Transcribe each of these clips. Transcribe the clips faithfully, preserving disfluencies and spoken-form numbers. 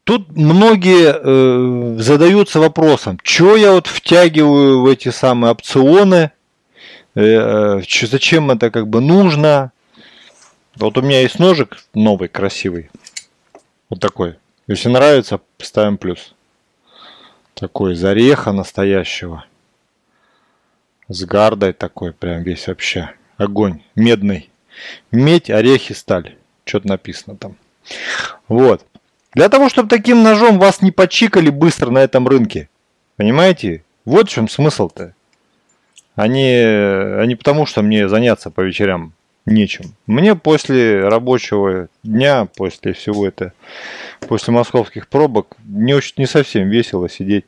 тут многие э, задаются вопросом, что я вот втягиваю в эти самые опционы, э, чё, зачем это как бы нужно. Вот у меня есть ножик новый, красивый, вот такой. Если нравится, ставим плюс. Такой из ореха настоящего. С гардой такой, прям весь вообще. Огонь. Медный. Медь, орехи, сталь. Что-то написано там. Вот. Для того, чтобы таким ножом вас не почикали быстро на этом рынке. Понимаете? Вот в чем смысл-то. А не, а не потому, что мне заняться по вечерам нечем. Мне после рабочего дня, после всего это, после московских пробок, не, очень, не совсем весело сидеть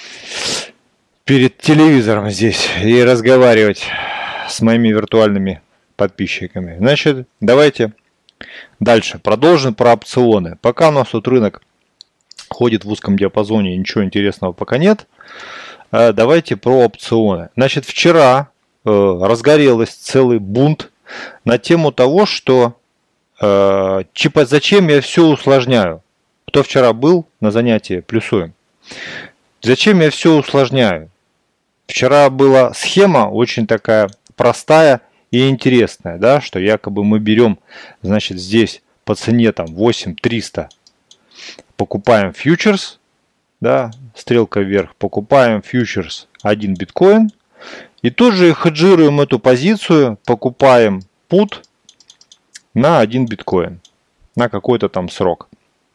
перед телевизором здесь и разговаривать с моими виртуальными подписчиками. Значит, давайте дальше. Продолжим про опционы. Пока у нас тут рынок ходит в узком диапазоне, ничего интересного пока нет. Давайте про опционы. Значит, вчера разгорелось целый бунт на тему того, что э, типа зачем я все усложняю. Кто вчера был на занятии, плюсуем. Зачем я все усложняю? Вчера была схема очень такая простая и интересная, да, что якобы мы берем, значит, здесь по цене там восемь триста покупаем фьючерс, да, стрелка вверх, покупаем фьючерс один биткоин. И тут же хеджируем эту позицию, покупаем пут на один биткоин, на какой-то там срок.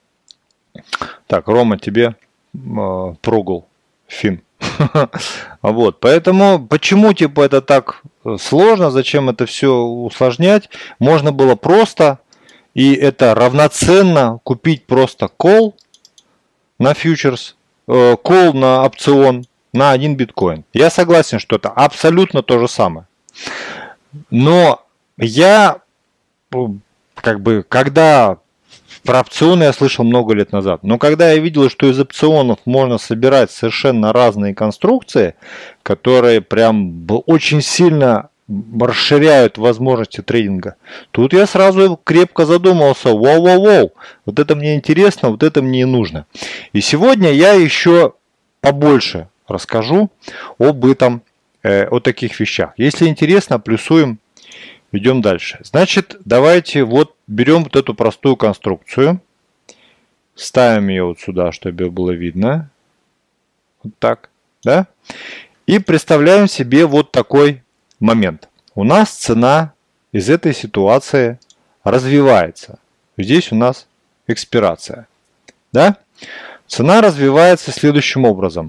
Так, Рома, тебе э, прогул, фин. Вот, поэтому, почему типа это так сложно, зачем это все усложнять? Можно было просто, и это равноценно купить просто call на фьючерс, э, call на опцион, на один биткоин. Я согласен, что это абсолютно то же самое. Но я, как бы, когда про опционы я слышал много лет назад, но когда я видел, что из опционов можно собирать совершенно разные конструкции, которые прям очень сильно расширяют возможности трейдинга, тут я сразу крепко задумался, воу-воу-воу, вот это мне интересно, вот это мне и нужно. И сегодня я еще побольше расскажу об этом, э, о таких вещах. Если интересно, плюсуем, идем дальше. Значит, давайте вот берем вот эту простую конструкцию, ставим ее вот сюда, чтобы ее было видно. Вот так, да? И представляем себе вот такой момент. У нас цена из этой ситуации развивается. Здесь у нас экспирация, да? Цена развивается следующим образом.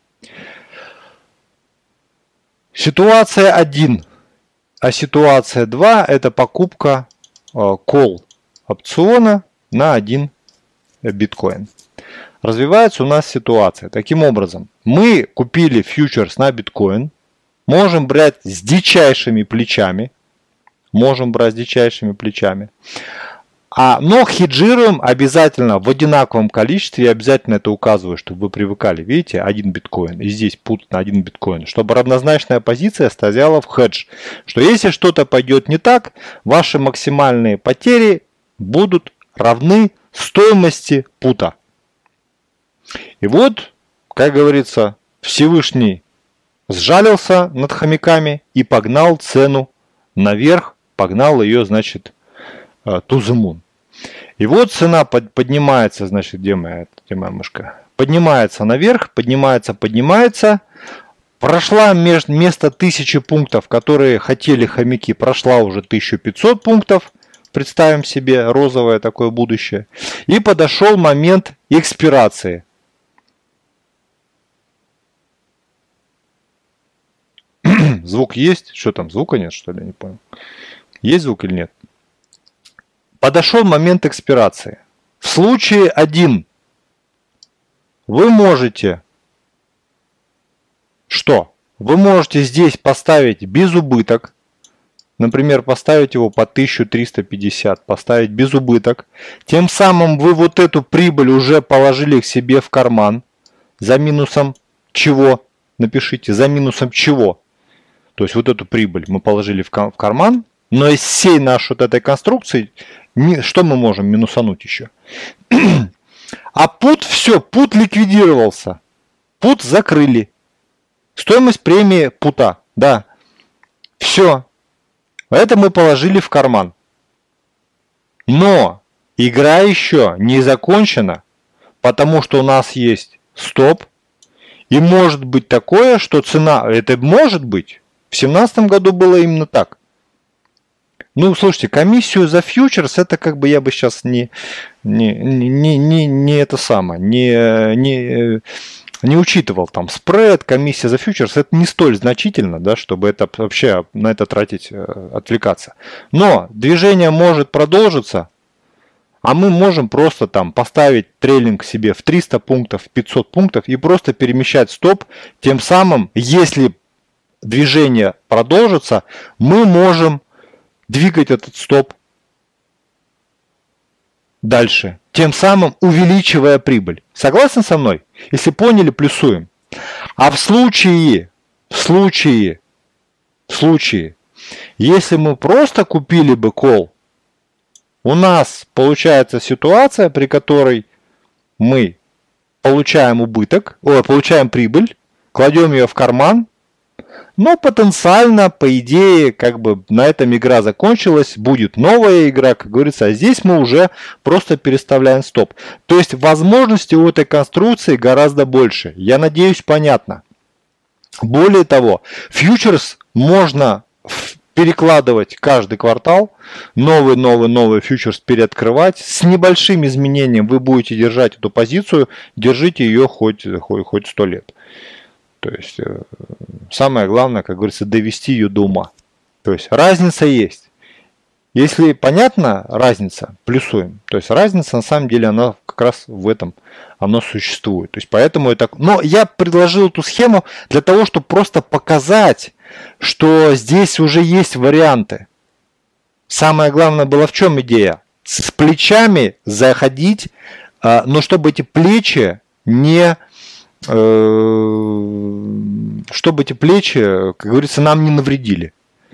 Ситуация один, а ситуация два это покупка э, call опциона на один биткоин. Развивается у нас ситуация. Таким образом, мы купили фьючерс на биткоин, можем брать с дичайшими плечами, можем брать с дичайшими плечами, а, но хеджируем обязательно в одинаковом количестве, я обязательно это указываю, чтобы вы привыкали. Видите, один биткоин, и здесь пут на один биткоин, чтобы равнозначная позиция стояла в хедж. Что если что-то пойдет не так, ваши максимальные потери будут равны стоимости пута. И вот, как говорится, Всевышний сжалился над хомяками и погнал цену наверх, погнал ее, значит, to the moon. И вот цена поднимается, значит, где моя, где моя мышка? Поднимается наверх, поднимается, поднимается. Прошла вместо тысячи пунктов, которые хотели хомяки, прошла уже тысяча пятьсот пунктов. Представим себе розовое такое будущее. И подошел момент экспирации. Звук есть? Что там, звука нет, что ли? Не понял. Есть звук или нет? Подошел момент экспирации. В случае один вы можете что? Вы можете здесь поставить без убыток. Например, поставить его по тысяча триста пятьдесят. Поставить без убыток. Тем самым вы вот эту прибыль уже положили к себе в карман. За минусом чего? Напишите, за минусом чего? То есть вот эту прибыль мы положили в карман. Но из всей нашей вот этой конструкции, что мы можем минусануть еще? А пут, все, пут ликвидировался. Пут закрыли. Стоимость премии пута, да. Все. Это мы положили в карман. Но игра еще не закончена, потому что у нас есть стоп. И может быть такое, что цена, это может быть, в две тысячи семнадцатом году было именно так. Ну, слушайте, комиссию за фьючерс, это как бы я бы сейчас не, не, не, не, не это самое, не, не, не учитывал там спред, комиссия за фьючерс, это не столь значительно, да, чтобы это вообще на это тратить, отвлекаться. Но движение может продолжиться, а мы можем просто там поставить трейлинг себе в триста пунктов, в пятьсот пунктов и просто перемещать стоп. Тем самым, если движение продолжится, мы можем двигать этот стоп дальше, тем самым увеличивая прибыль. Согласны со мной? Если поняли, плюсуем. А в случае, в случае, в случае, если мы просто купили бы кол, у нас получается ситуация, при которой мы получаем убыток, о, получаем прибыль, кладем ее в карман, но потенциально, по идее, как бы на этом игра закончилась, будет новая игра, как говорится, а здесь мы уже просто переставляем стоп. То есть возможностей у этой конструкции гораздо больше. Я надеюсь, понятно. Более того, фьючерс можно перекладывать каждый квартал, новый, новый, новый фьючерс переоткрывать. С небольшим изменением вы будете держать эту позицию, держите ее хоть, хоть, хоть сто лет. То есть самое главное, как говорится, довести ее до ума. То есть разница есть. Если понятна разница, плюсуем. То есть разница на самом деле она как раз в этом она существует. То есть поэтому это. Но я предложил эту схему для того, чтобы просто показать, что здесь уже есть варианты. Самое главное было в чем идея? С плечами заходить, но чтобы эти плечи не чтобы эти плечи, как говорится, нам не навредили.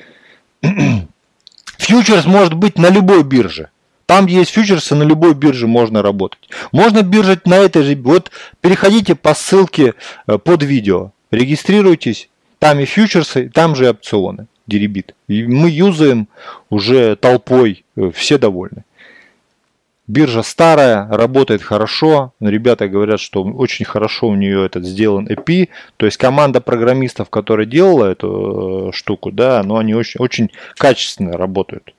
Фьючерс может быть на любой бирже. Там есть фьючерсы, на любой бирже можно работать. Можно биржить на этой же. Вот переходите по ссылке под видео, регистрируйтесь, там и фьючерсы, там же и опционы, дерибит. И мы юзаем уже толпой, все довольны. Биржа старая, работает хорошо. Ребята говорят, что очень хорошо у нее этот сделан эй пи ай. То есть команда программистов, которая делала эту штуку, да, но они очень, очень качественно работают.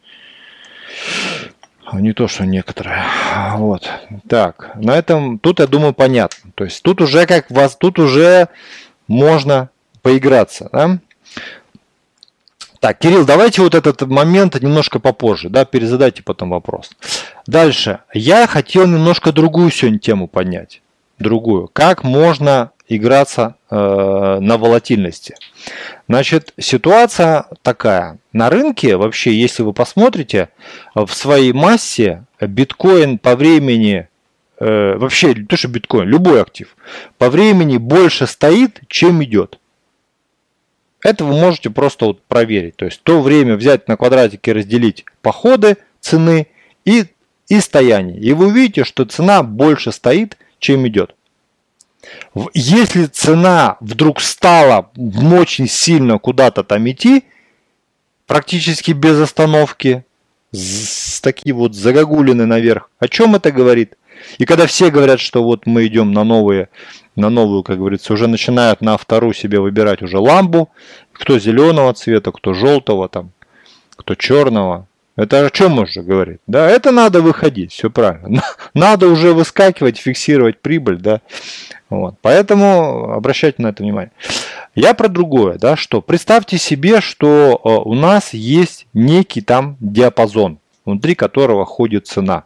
Не то, что некоторые. Вот. Так, на этом, тут, я думаю, понятно. То есть тут уже как вас, тут уже можно поиграться, да? Так, Кирилл, давайте вот этот момент немножко попозже, да, перезадайте потом вопрос. Дальше. Я хотел немножко другую сегодня тему поднять. Другую. Как можно играться э, на волатильности? Значит, ситуация такая. На рынке вообще, если вы посмотрите, в своей массе биткоин по времени, э, вообще не то, что биткоин, любой актив, по времени больше стоит, чем идет. Это вы можете просто вот проверить. То есть то время взять на квадратике, разделить походы цены и, и стояние. И вы увидите, что цена больше стоит, чем идет. Если цена вдруг стала очень сильно куда-то там идти, практически без остановки, с такие вот загогулины наверх, о чем это говорит? И когда все говорят, что вот мы идем на новые, на новую, как говорится, уже начинают на вторую себе выбирать уже ламбу, кто зеленого цвета, кто желтого, там, кто черного. Это о чем уже говорит? Да, это надо выходить, все правильно. Надо уже выскакивать, фиксировать прибыль, да. Вот. Поэтому обращайте на это внимание. Я про другое, да, что представьте себе, что у нас есть некий там диапазон, внутри которого ходит цена.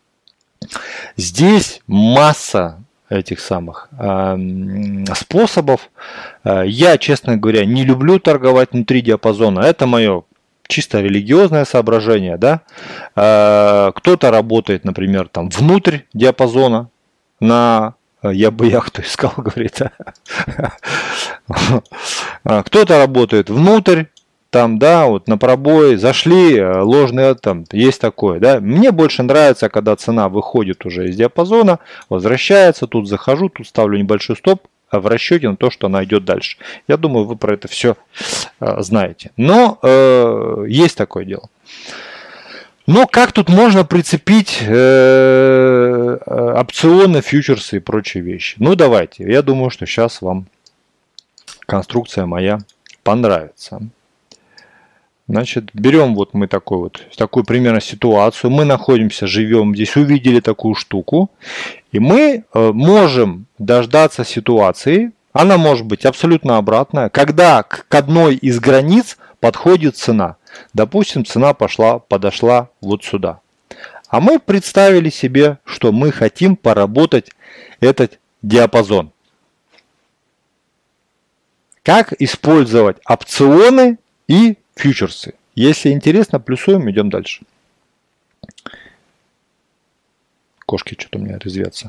Здесь масса этих самых э, способов. Я, честно говоря, не люблю торговать внутри диапазона. Это мое чисто религиозное соображение, да. Э, кто-то работает, например, там внутрь диапазона на... Я бы яхту искал, говорит. Кто-то работает внутрь, там, да, вот на пробой зашли, ложные, там, есть такое, да. Мне больше нравится, когда цена выходит уже из диапазона, возвращается, тут захожу, тут ставлю небольшой стоп, а в расчете на то, что она идет дальше. Я думаю, вы про это все э, знаете. Но э, есть такое дело. Но как тут можно прицепить э, опционы, фьючерсы и прочие вещи? Ну, давайте. Я думаю, что сейчас вам конструкция моя понравится. Значит, берем вот мы такой вот, такую примерно ситуацию. Мы находимся, живем здесь, увидели такую штуку. И мы э, можем дождаться ситуации, она может быть абсолютно обратная, когда к одной из границ подходит цена. Допустим, цена пошла, подошла вот сюда. А мы представили себе, что мы хотим поработать этот диапазон. Как использовать опционы и фьючерсы? Если интересно, плюсуем, идем дальше. Кошки что-то у меня резвятся.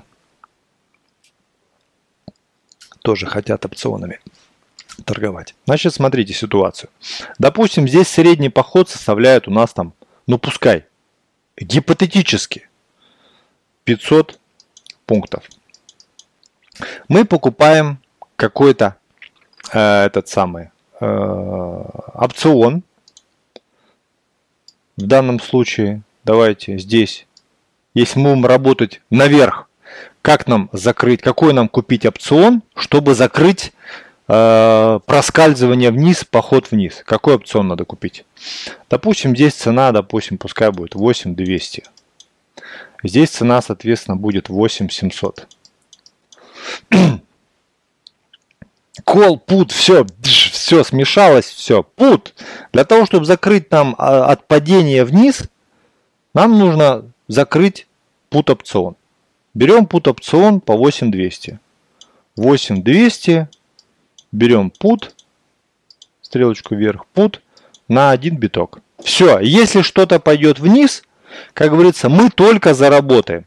Тоже хотят опционами торговать. Значит, смотрите ситуацию. Допустим, здесь средний поход составляет у нас там, ну пускай, гипотетически пятьсот пунктов. Мы покупаем какой-то э, этот самый э, опцион. В данном случае, давайте здесь, если мы будем работать наверх, как нам закрыть, какой нам купить опцион, чтобы закрыть э, проскальзывание вниз, поход вниз. Какой опцион надо купить? Допустим, здесь цена, допустим, пускай будет восемь тысяч двести. Здесь цена, соответственно, будет восемь тысяч семьсот. Call, put, все, все смешалось, все, put. Для того, чтобы закрыть нам от падения вниз, нам нужно закрыть put опцион. Берем put опцион по восемь тысяч двести. восемь тысяч двести, берем put, стрелочку вверх, put на один биток. Все, если что-то пойдет вниз, как говорится, мы только заработаем.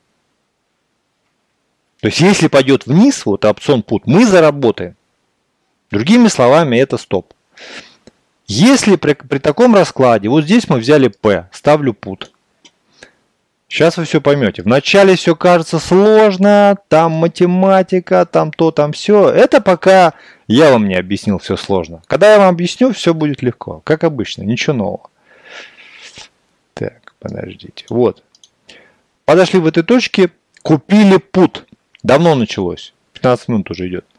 То есть, если пойдет вниз, вот опцион put, мы заработаем. Другими словами, это стоп. Если при, при таком раскладе, вот здесь мы взяли P, ставлю put. Сейчас вы все поймете. Вначале все кажется сложно, там математика, там то, там все. Это пока я вам не объяснил, все сложно. Когда я вам объясню, все будет легко. Как обычно, ничего нового. Так, подождите. Вот. Подошли в этой точке, купили put. Давно началось. пятнадцать минут уже идет.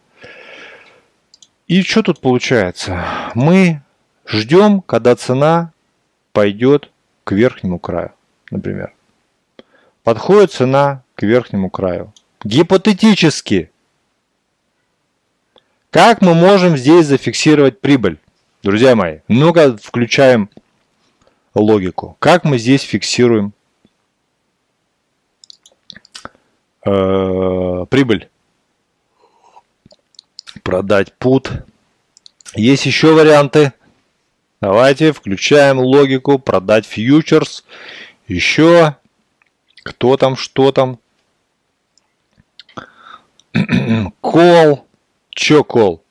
И что тут получается? Мы ждем, когда цена пойдет к верхнему краю, например. Подходит цена к верхнему краю. Гипотетически. Как мы можем здесь зафиксировать прибыль? Друзья мои, ну-ка включаем логику. Как мы здесь фиксируем э, прибыль? Продать put. Есть еще варианты. Давайте включаем логику. Продать фьючерс. Еще. Кто там, что там? Call. Че call?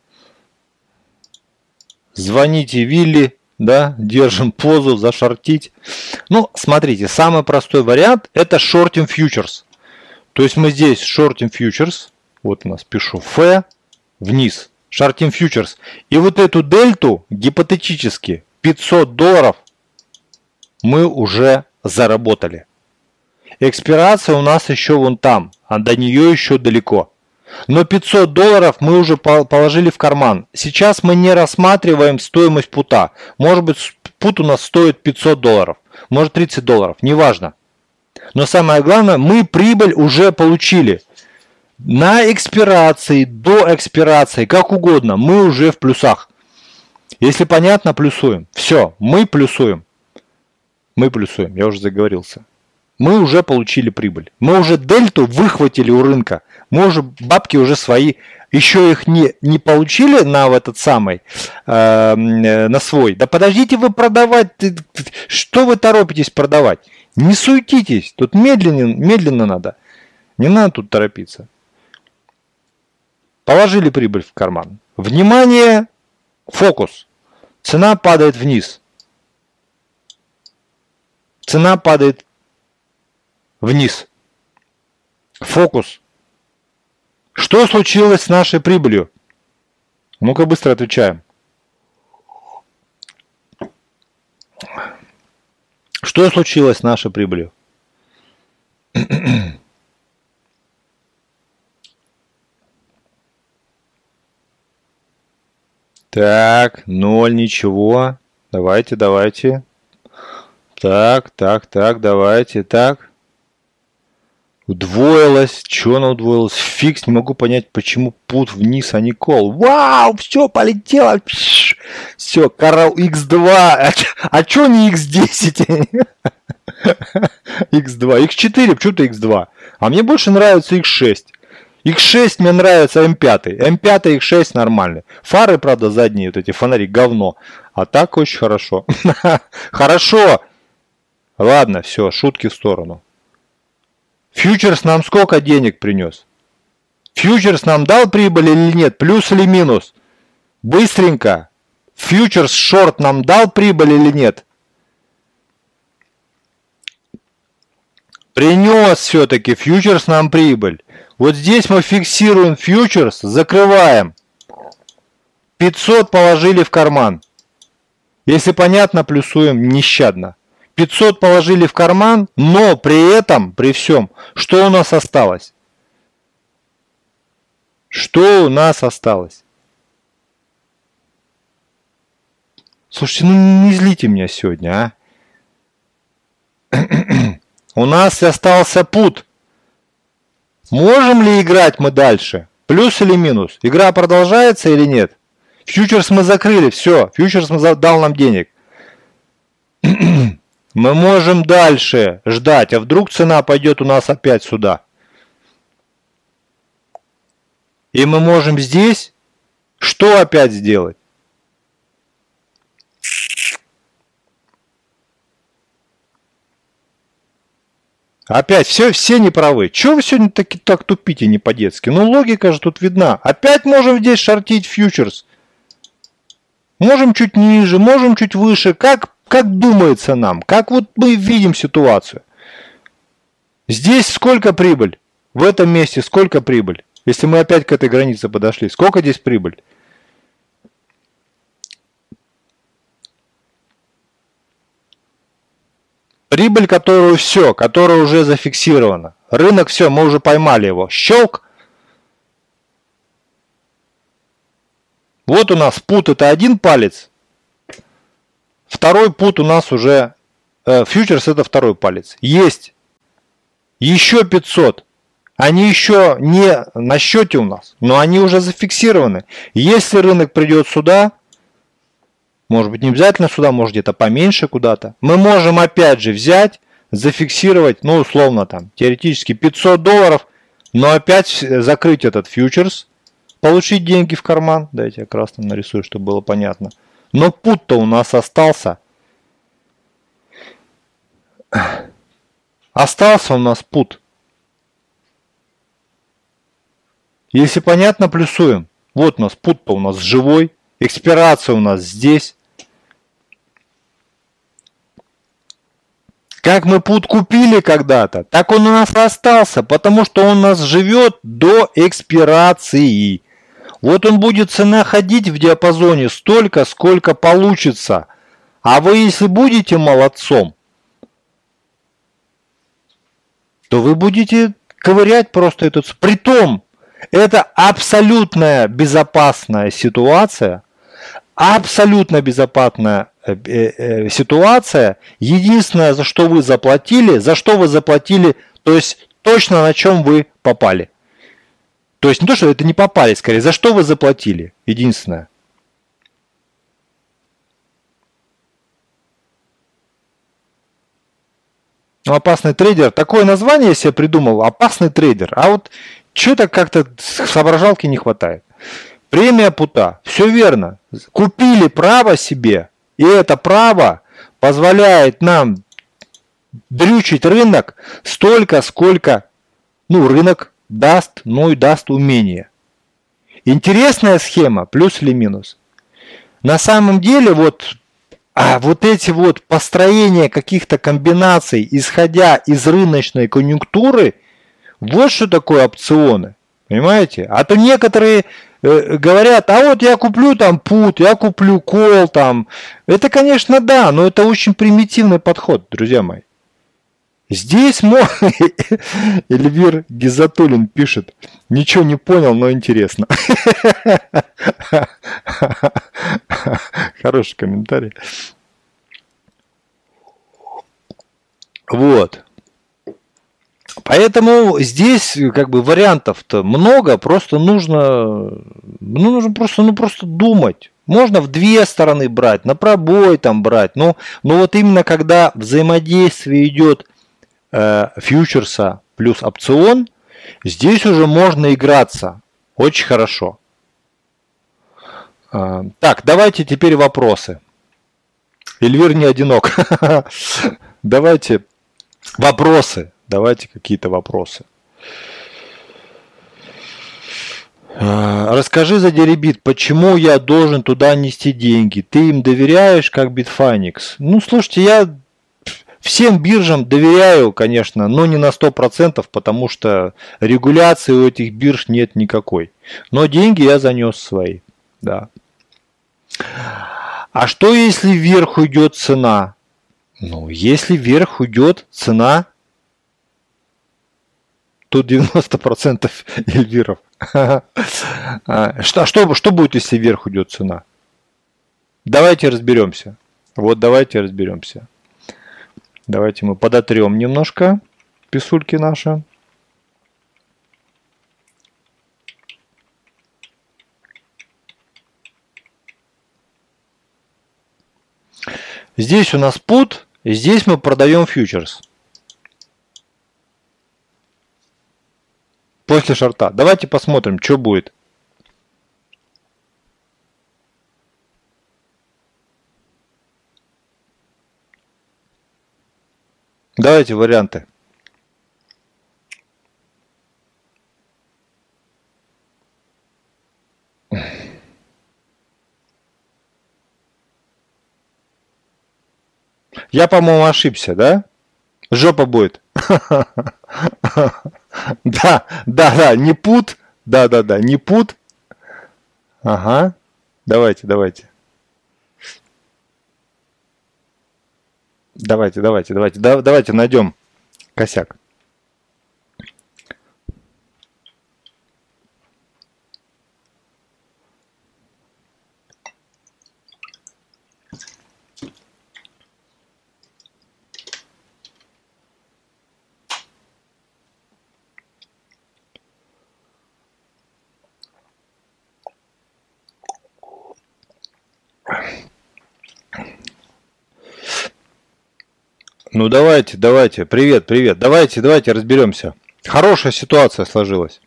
Звоните Вилли. Да, держим позу, зашортить. Ну, смотрите, самый простой вариант это shorting futures. То есть мы здесь shorting futures. Вот у нас пишу F. Вниз. Shorting futures. И вот эту дельту, гипотетически, пятьсот долларов мы уже заработали. Экспирация у нас еще вон там, а до нее еще далеко. Но пятьсот долларов мы уже положили в карман. Сейчас мы не рассматриваем стоимость пута. Может быть, пут у нас стоит пятьсот долларов, может тридцать долларов, неважно. Но самое главное, мы прибыль уже получили. На экспирации, до экспирации, как угодно, мы уже в плюсах. Если понятно, плюсуем. Все, мы плюсуем. Мы плюсуем, я уже заговорился. Мы уже получили прибыль. Мы уже дельту выхватили у рынка. Мы уже бабки уже свои, еще их не, не получили на этот самый, э, на свой. Да подождите вы продавать. Что вы торопитесь продавать? Не суетитесь. Тут медленно, медленно надо. Не надо тут торопиться. Положили прибыль в карман. Внимание, фокус. цена падает вниз. Цена падает вниз. Фокус. Что случилось с нашей прибылью? Ну-ка быстро отвечаем. Что случилось с нашей прибылью? Так, ноль, ничего. Давайте, давайте. Так, так, так, давайте, так. Удвоилась. Чего она удвоилась? Фикс, не могу понять, почему пут вниз, а не кол. Вау, все, полетело. Все, коралл икс два. А, а что не икс десять? икс два. икс четыре, почему-то икс два. А мне больше нравится икс шесть. икс шесть мне нравится эм пять. эм пять и икс шесть нормальные. Фары, правда, задние, вот эти фонари, говно. А так очень хорошо. Хорошо. Ладно, все, шутки в сторону. Фьючерс нам сколько денег принес? Фьючерс нам дал прибыль или нет? Плюс или минус? Быстренько. Фьючерс шорт нам дал прибыль или нет? Принес все-таки фьючерс нам прибыль. Вот здесь мы фиксируем фьючерс, закрываем. пятьсот положили в карман. Если понятно, плюсуем нещадно. пятьсот положили в карман, но при этом, при всем, что у нас осталось? Что у нас осталось? Слушайте, ну не злите меня сегодня, а? У нас остался пут. Можем ли играть мы дальше? Плюс или минус? Игра продолжается или нет? Фьючерс мы закрыли, все. Фьючерс дал нам денег. Мы можем дальше ждать, а вдруг цена пойдет у нас опять сюда. И мы можем здесь что опять сделать? Опять все, все неправы. Чего вы сегодня так, так тупите не по-детски? Ну логика же тут видна. Опять можем здесь шортить фьючерс. Можем чуть ниже, можем чуть выше. Как, как думается нам? Как вот мы видим ситуацию? Здесь сколько прибыль? В этом месте сколько прибыль? Если мы опять к этой границе подошли, сколько здесь прибыль? Прибыль, которую все, которая уже зафиксирована. Рынок, все, мы уже поймали его. Щелк. Вот у нас пут это один палец. Второй пут у нас уже, э, фьючерс это второй палец. Есть еще пятьсот. Они еще не на счете у нас, но они уже зафиксированы. Если рынок придет сюда, может быть не обязательно сюда, может где-то поменьше куда-то, мы можем опять же взять, зафиксировать, ну условно там, теоретически пятьсот долларов, но опять закрыть этот фьючерс, получить деньги в карман. Дайте я красным нарисую, чтобы было понятно. Но пут-то у нас остался. Остался у нас пут. Если понятно, плюсуем. Вот у нас пут-то у нас живой. Экспирация у нас здесь. Как мы пут купили когда-то, так он у нас остался, потому что он у нас живет до экспирации. Вот он будет цена ходить в диапазоне столько, сколько получится. А вы, если будете молодцом, то вы будете ковырять просто этот... Притом, это абсолютная безопасная ситуация. Абсолютно безопасная э, э, ситуация. Единственное, за что вы заплатили, за что вы заплатили, то есть точно на чем вы попали. То есть не то, что это не попали, скорее, за что вы заплатили. Единственное. Ну, опасный трейдер. Такое название я себе придумал. Опасный трейдер. А вот что-то как-то соображалки не хватает. Премия пута. Все верно. Купили право себе. И это право позволяет нам дрючить рынок столько, сколько ну, рынок даст, ну и даст умение. Интересная схема, плюс или минус. На самом деле вот, а вот эти вот построения каких-то комбинаций, исходя из рыночной конъюнктуры, вот что такое опционы. Понимаете? А то некоторые э, говорят, а вот я куплю там пут, я куплю кол там. Это, конечно, да, но это очень примитивный подход, друзья мои. Здесь можно... Эльвир Гизатуллин пишет, ничего не понял, но интересно. Хороший комментарий. Вот. Поэтому здесь как бы вариантов-то много, просто нужно, ну, нужно просто, ну, просто думать. Можно в две стороны брать, на пробой там брать, но, но вот именно когда взаимодействие идет э, фьючерса плюс опцион, здесь уже можно играться очень хорошо. Э, так, давайте теперь вопросы. Эльвир не одинок. Давайте вопросы. Давайте какие-то вопросы. Расскажи за Deribit, почему я должен туда нести деньги? Ты им доверяешь, как Bitfinex? Ну, слушайте, я всем биржам доверяю, конечно, но не на сто процентов, потому что регуляции у этих бирж нет никакой. Но деньги я занес свои, да. А что, если вверх уйдет цена? Ну, если вверх уйдет цена... Тут девяносто процентов Эльвиров. Что, что, что будет, если вверх уйдет цена? Давайте разберемся. Вот давайте разберемся. Давайте мы подотрем немножко писульки наши. Здесь у нас пут, здесь мы продаем фьючерс. После шорта. Давайте посмотрим, что будет. Давайте варианты. Я, по-моему, ошибся, да? Жопа будет. Да, да, да, не пут. Да, да, да, не пут. Ага. Давайте, давайте. Давайте, давайте, давайте. Да, давайте найдем косяк. Ну давайте, давайте, привет, привет, давайте, давайте разберемся. Хорошая ситуация сложилась.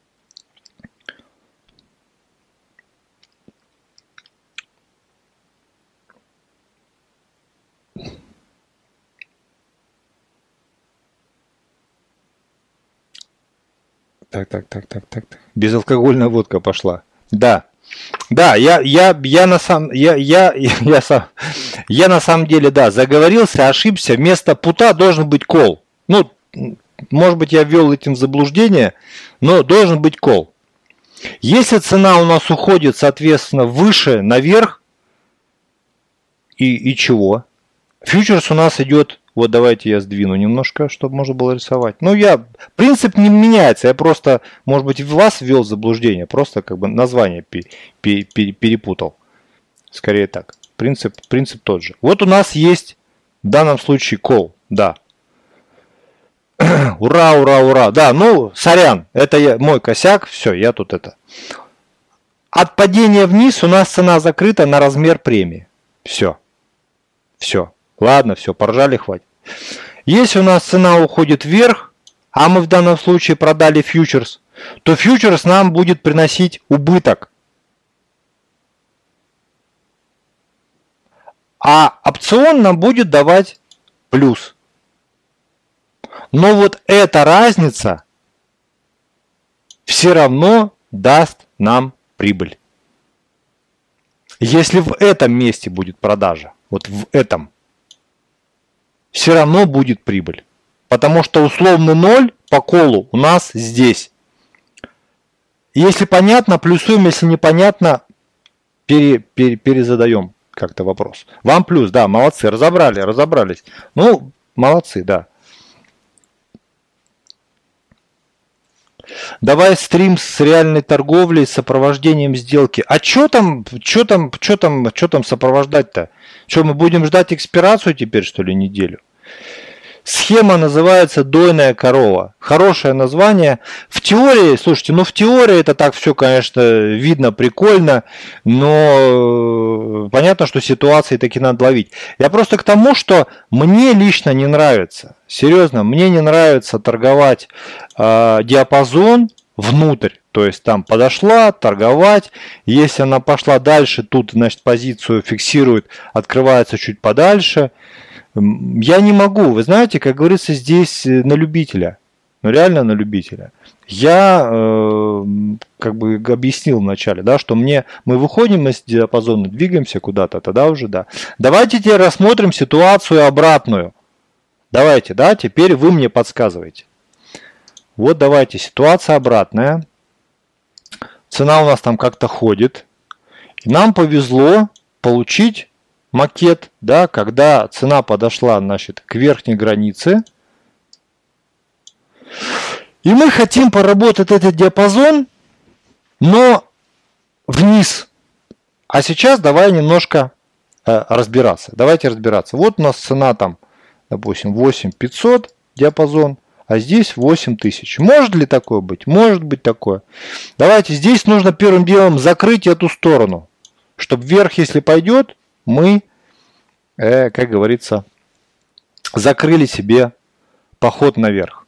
Так, так, так, так, так, так. Безалкогольная водка пошла. Да. Да, я, я, я на самом, я, я, я, сам, я на самом деле, да, заговорился, ошибся. Вместо пута должен быть кол. Ну, может быть, я ввел этим в заблуждение, но должен быть кол. Если цена у нас уходит, соответственно, выше, наверх, и, и чего? Фьючерс у нас идет, вот давайте я сдвину немножко, чтобы можно было рисовать. Ну, я, принцип не меняется, я просто, может быть, вас ввел в заблуждение, просто как бы название перепутал. Скорее так. Принцип, принцип тот же. Вот у нас есть в данном случае call, да. Ура, ура, ура. Да, ну, сорян, это я, мой косяк, все, я тут это. От падения вниз у нас цена закрыта на размер премии. Все. Все. Ладно, все, поржали, хватит. Если у нас цена уходит вверх, а мы в данном случае продали фьючерс, то фьючерс нам будет приносить убыток. А опцион нам будет давать плюс. Но вот эта разница все равно даст нам прибыль. Если в этом месте будет продажа, вот в этом, все равно будет прибыль. Потому что условный ноль по колу у нас здесь. Если понятно, плюсуем, если непонятно, пере, пере, перезадаем как-то вопрос. Вам плюс, да, молодцы, разобрали, разобрались. Ну, молодцы, да. Давай стрим с реальной торговлей, с сопровождением сделки. А что там, что там, что там, что там сопровождать-то? Что, мы будем ждать экспирацию теперь, что ли, неделю? Схема называется «Дойная корова». Хорошее название. В теории, слушайте, ну в теории это так все, конечно, видно, прикольно, но понятно, что ситуации таки надо ловить. Я просто к тому, что мне лично не нравится, серьезно, мне не нравится торговать э, диапазон внутрь. То есть там подошла, торговать. Если она пошла дальше, тут, значит, позицию фиксирует, открывается чуть подальше. Я не могу, вы знаете, как говорится, здесь на любителя, ну реально на любителя. Я э, как бы объяснил вначале, да, что мне мы выходим из диапазона, двигаемся куда-то, тогда уже да. Давайте теперь рассмотрим ситуацию обратную. Давайте, да, теперь вы мне подсказываете. Вот давайте, ситуация обратная. Цена у нас там как-то ходит. И нам повезло получить макет, да, когда цена подошла, значит, к верхней границе. И мы хотим поработать этот диапазон, но вниз. А сейчас давай немножко э, разбираться. Давайте разбираться. Вот у нас цена там, допустим, восемь тысяч пятьсот диапазон, а здесь восемь тысяч. Может ли такое быть? Может быть такое. Давайте, здесь нужно первым делом закрыть эту сторону, чтобы вверх, если пойдет, мы, э, как говорится, закрыли себе поход наверх.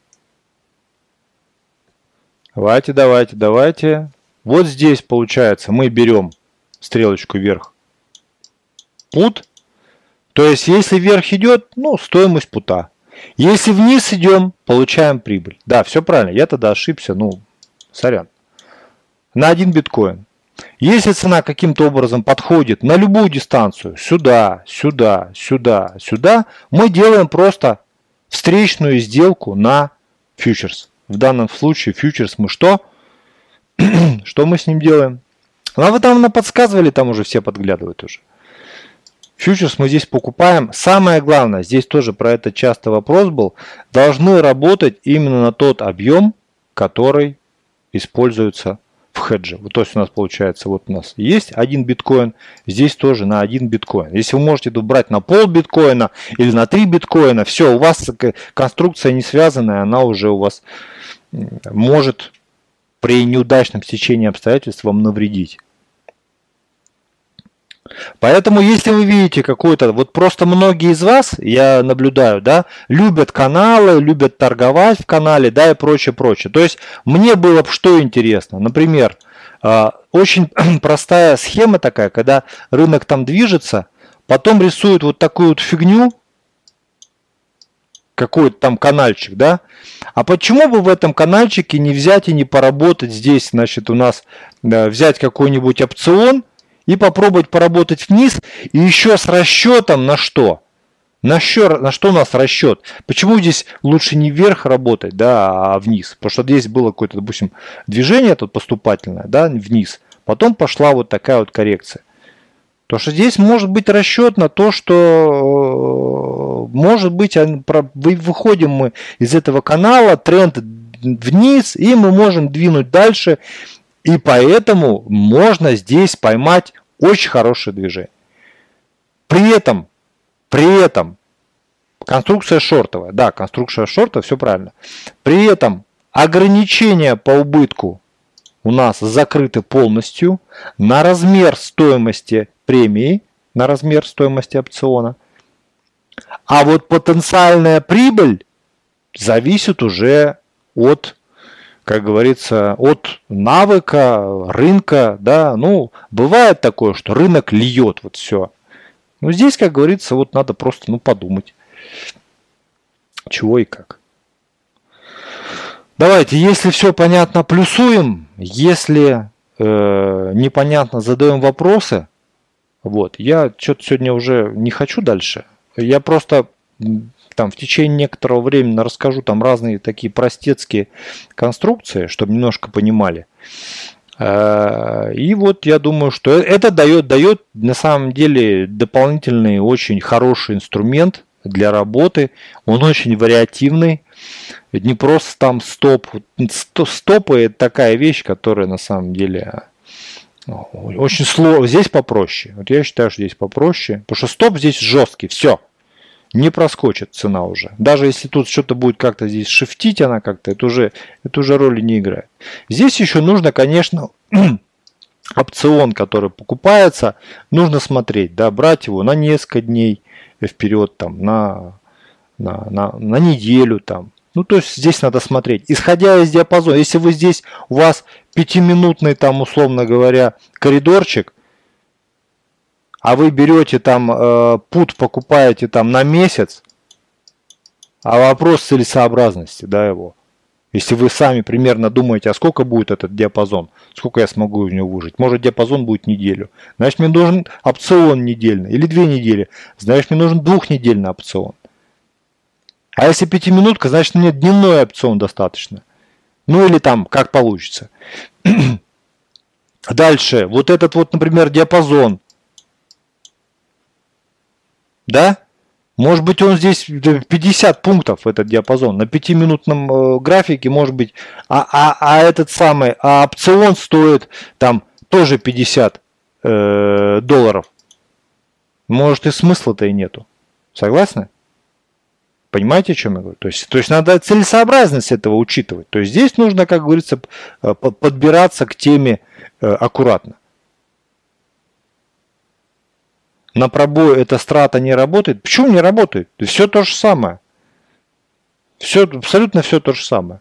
Давайте, давайте, давайте. Вот здесь получается мы берем стрелочку вверх. Пут. То есть если вверх идет, ну, стоимость пута. Если вниз идем, получаем прибыль. Да, все правильно. Я тогда ошибся. Ну, сорян. На один биткоин. Если цена каким-то образом подходит на любую дистанцию, сюда, сюда, сюда, сюда, мы делаем просто встречную сделку на фьючерс. В данном случае фьючерс мы что? Что мы с ним делаем? А вы там подсказывали, там уже все подглядывают уже. Фьючерс мы здесь покупаем. Самое главное, здесь тоже про это часто вопрос был, должны работать именно на тот объем, который используется в хеджи. Вот, то есть у нас получается, вот у нас есть один биткоин, здесь тоже на один биткоин. Если вы можете тут брать на пол биткоина или на три биткоина, все, у вас конструкция не связанная, она уже у вас может при неудачном стечении обстоятельств вам навредить. Поэтому, если вы видите какой-то, вот просто многие из вас, я наблюдаю, да, любят каналы, любят торговать в канале, да, и прочее, прочее. То есть, мне было бы что интересно. Например, очень простая схема такая, когда рынок там движется, потом рисует вот такую вот фигню, какой-то там канальчик, да. А почему бы в этом канальчике не взять и не поработать здесь, значит, у нас, да, взять какой-нибудь опцион, и попробовать поработать вниз, и еще с расчетом на что? На что, на что у нас расчет? Почему здесь лучше не вверх работать, да, а вниз? Потому что здесь было какое-то, допустим, движение тут поступательное, да, вниз. Потом пошла вот такая вот коррекция. Потому что здесь может быть расчет на то, что может быть выходим мы из этого канала, тренд вниз, и мы можем двинуть дальше. И поэтому можно здесь поймать очень хорошее движение. При этом, при этом, конструкция шортовая. Да, конструкция шорта, все правильно. При этом ограничения по убытку у нас закрыты полностью на размер стоимости премии, на размер стоимости опциона. А вот потенциальная прибыль зависит уже от, как говорится, от навыка, рынка, да, ну, бывает такое, что рынок льет, вот все. Но здесь, как говорится, вот надо просто, ну, подумать, чего и как. Давайте, если все понятно, плюсуем, если э, непонятно, задаем вопросы, Вот. Я что-то сегодня уже не хочу дальше. Я просто там в течение некоторого времени расскажу там разные такие простецкие конструкции, чтобы немножко понимали. И вот я думаю, что это дает, дает на самом деле дополнительный очень хороший инструмент для работы. Он очень вариативный. Не просто там стоп. Стопы это такая вещь, которая на самом деле очень сложно. Здесь попроще. Вот я считаю, что здесь попроще. Потому что стоп здесь жесткий. Все. Не проскочит цена уже. Даже если тут что-то будет как-то здесь шифтить, она как-то, это уже, это уже роли не играет. Здесь еще нужно, конечно, опцион, который покупается, нужно смотреть, да, брать его на несколько дней вперед, там, на, на, на, на неделю, там. Ну, то есть здесь надо смотреть. Исходя из диапазона, если вы здесь, у вас пятиминутный, там, условно говоря, коридорчик, а вы берете там э, пут, покупаете там на месяц, а вопрос целесообразности, да, его. Если вы сами примерно думаете, а сколько будет этот диапазон, сколько я смогу из него выжить. Может, диапазон будет неделю. Значит, мне нужен опцион недельный или две недели. Значит, мне нужен двухнедельный опцион. А если пятиминутка, значит, мне дневной опцион достаточно. Ну или там, как получится. Дальше, вот этот вот, например, диапазон. Да? Может быть, он здесь пятьдесят пунктов, этот диапазон. На пятиминутном э, графике, может быть, а, а, а этот самый, а опцион стоит там тоже пятьдесят э, долларов. Может, и смысла-то и нету. Согласны? Понимаете, о чем я говорю? То есть, то есть надо целесообразность этого учитывать. То есть здесь нужно, как говорится, подбираться к теме э, аккуратно. На пробой эта страта не работает. Почему не работает? Все то же самое. Все, абсолютно все то же самое.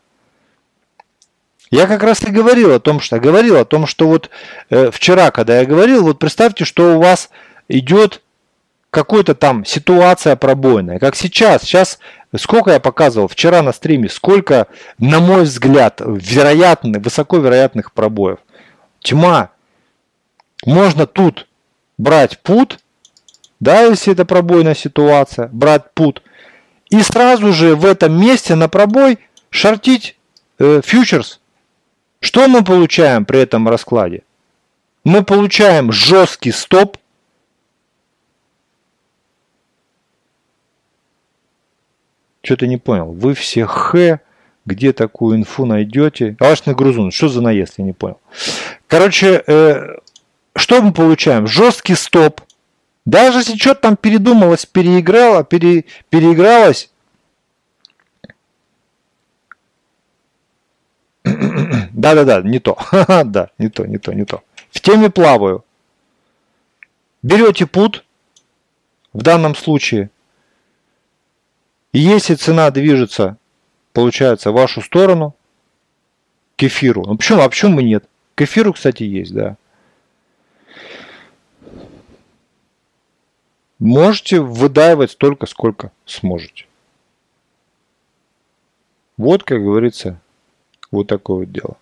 Я как раз и говорил о том, что говорил о том, что вот э, вчера, когда я говорил, вот представьте, что у вас идет какая-то там ситуация пробойная, как сейчас. Сейчас сколько я показывал вчера на стриме, сколько, на мой взгляд, вероятных, высоко вероятных пробоев. Тьма. Можно тут брать пут. Да, если это пробойная ситуация, брать пут. И сразу же в этом месте на пробой шортить э, фьючерс. Что мы получаем при этом раскладе? Мы получаем жесткий стоп. Что-то не понял. Вы все х, где такую инфу найдете? Алашный грузун, что за наезд, я не понял. Короче, э, что мы получаем? Жесткий стоп. Даже если что-то там передумалось, переиграло, пере, переигралось. Да-да-да, не то. Да, не то, не то, не то. В теме плаваю. Берете пут, в данном случае, и если цена движется, получается, в вашу сторону, к эфиру. Ну почему, а почему бы нет? К эфиру, кстати, есть, да. Можете выдаивать столько, сколько сможете. Вот, как говорится, вот такое вот дело.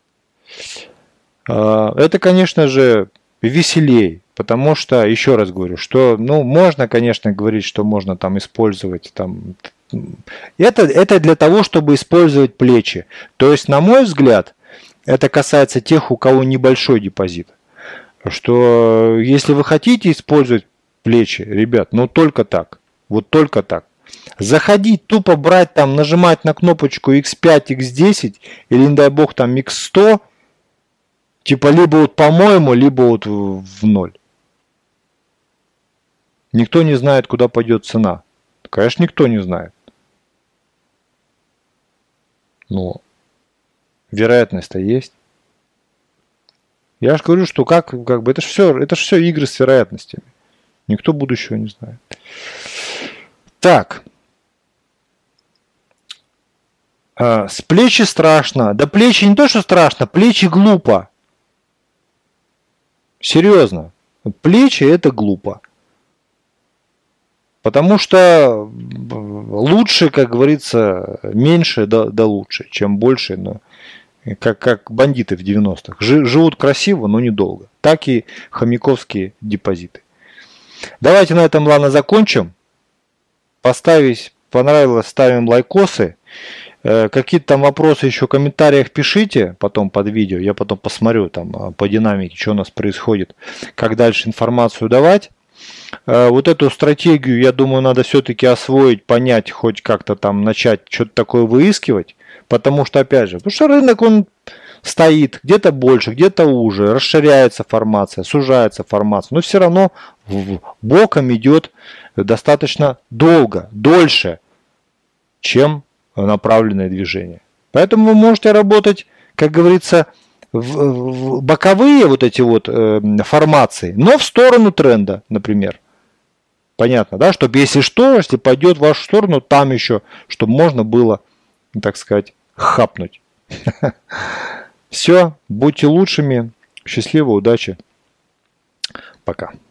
Это, конечно же, веселей, потому что, еще раз говорю, что, ну, можно, конечно, говорить, что можно там использовать, там, это, это для того, чтобы использовать плечи. То есть, на мой взгляд, это касается тех, у кого небольшой депозит, что если вы хотите использовать плечи, ребят, ну только так, вот только так. Заходить, тупо брать там, нажимать на кнопочку икс пять, икс десять или, не дай бог, там икс сто, типа либо вот по-моему, либо вот в ноль. Никто не знает, куда пойдет цена. Конечно, никто не знает. Но вероятность-то есть. Я же говорю, что как, как бы это же все, это же все игры с вероятностями. Никто будущего не знает. Так. А, с плечи страшно. Да плечи не то, что страшно, плечи глупо. Серьезно. Плечи это глупо. Потому что лучше, как говорится, меньше да, да лучше, чем больше, но как, как бандиты в девяностых. Живут красиво, но недолго. Так и хомяковские депозиты. Давайте на этом, ладно, закончим. Поставить понравилось, ставим лайкосы. Какие-то там вопросы еще в комментариях пишите потом под видео. Я потом посмотрю там по динамике, что у нас происходит, как дальше информацию давать. Вот эту стратегию, я думаю, надо все-таки освоить, понять, хоть как-то там начать что-то такое выискивать. Потому что, опять же, потому что рынок, он стоит где-то больше, где-то уже, расширяется формация, сужается формация. Но все равно боком идет достаточно долго, дольше, чем направленное движение. Поэтому вы можете работать, как говорится, в, в боковые вот эти вот э, формации, но в сторону тренда, например. Понятно, да? Чтобы если что, если пойдет в вашу сторону, там еще, чтобы можно было, так сказать, хапнуть. Все, будьте лучшими. Счастливо, удачи. Пока.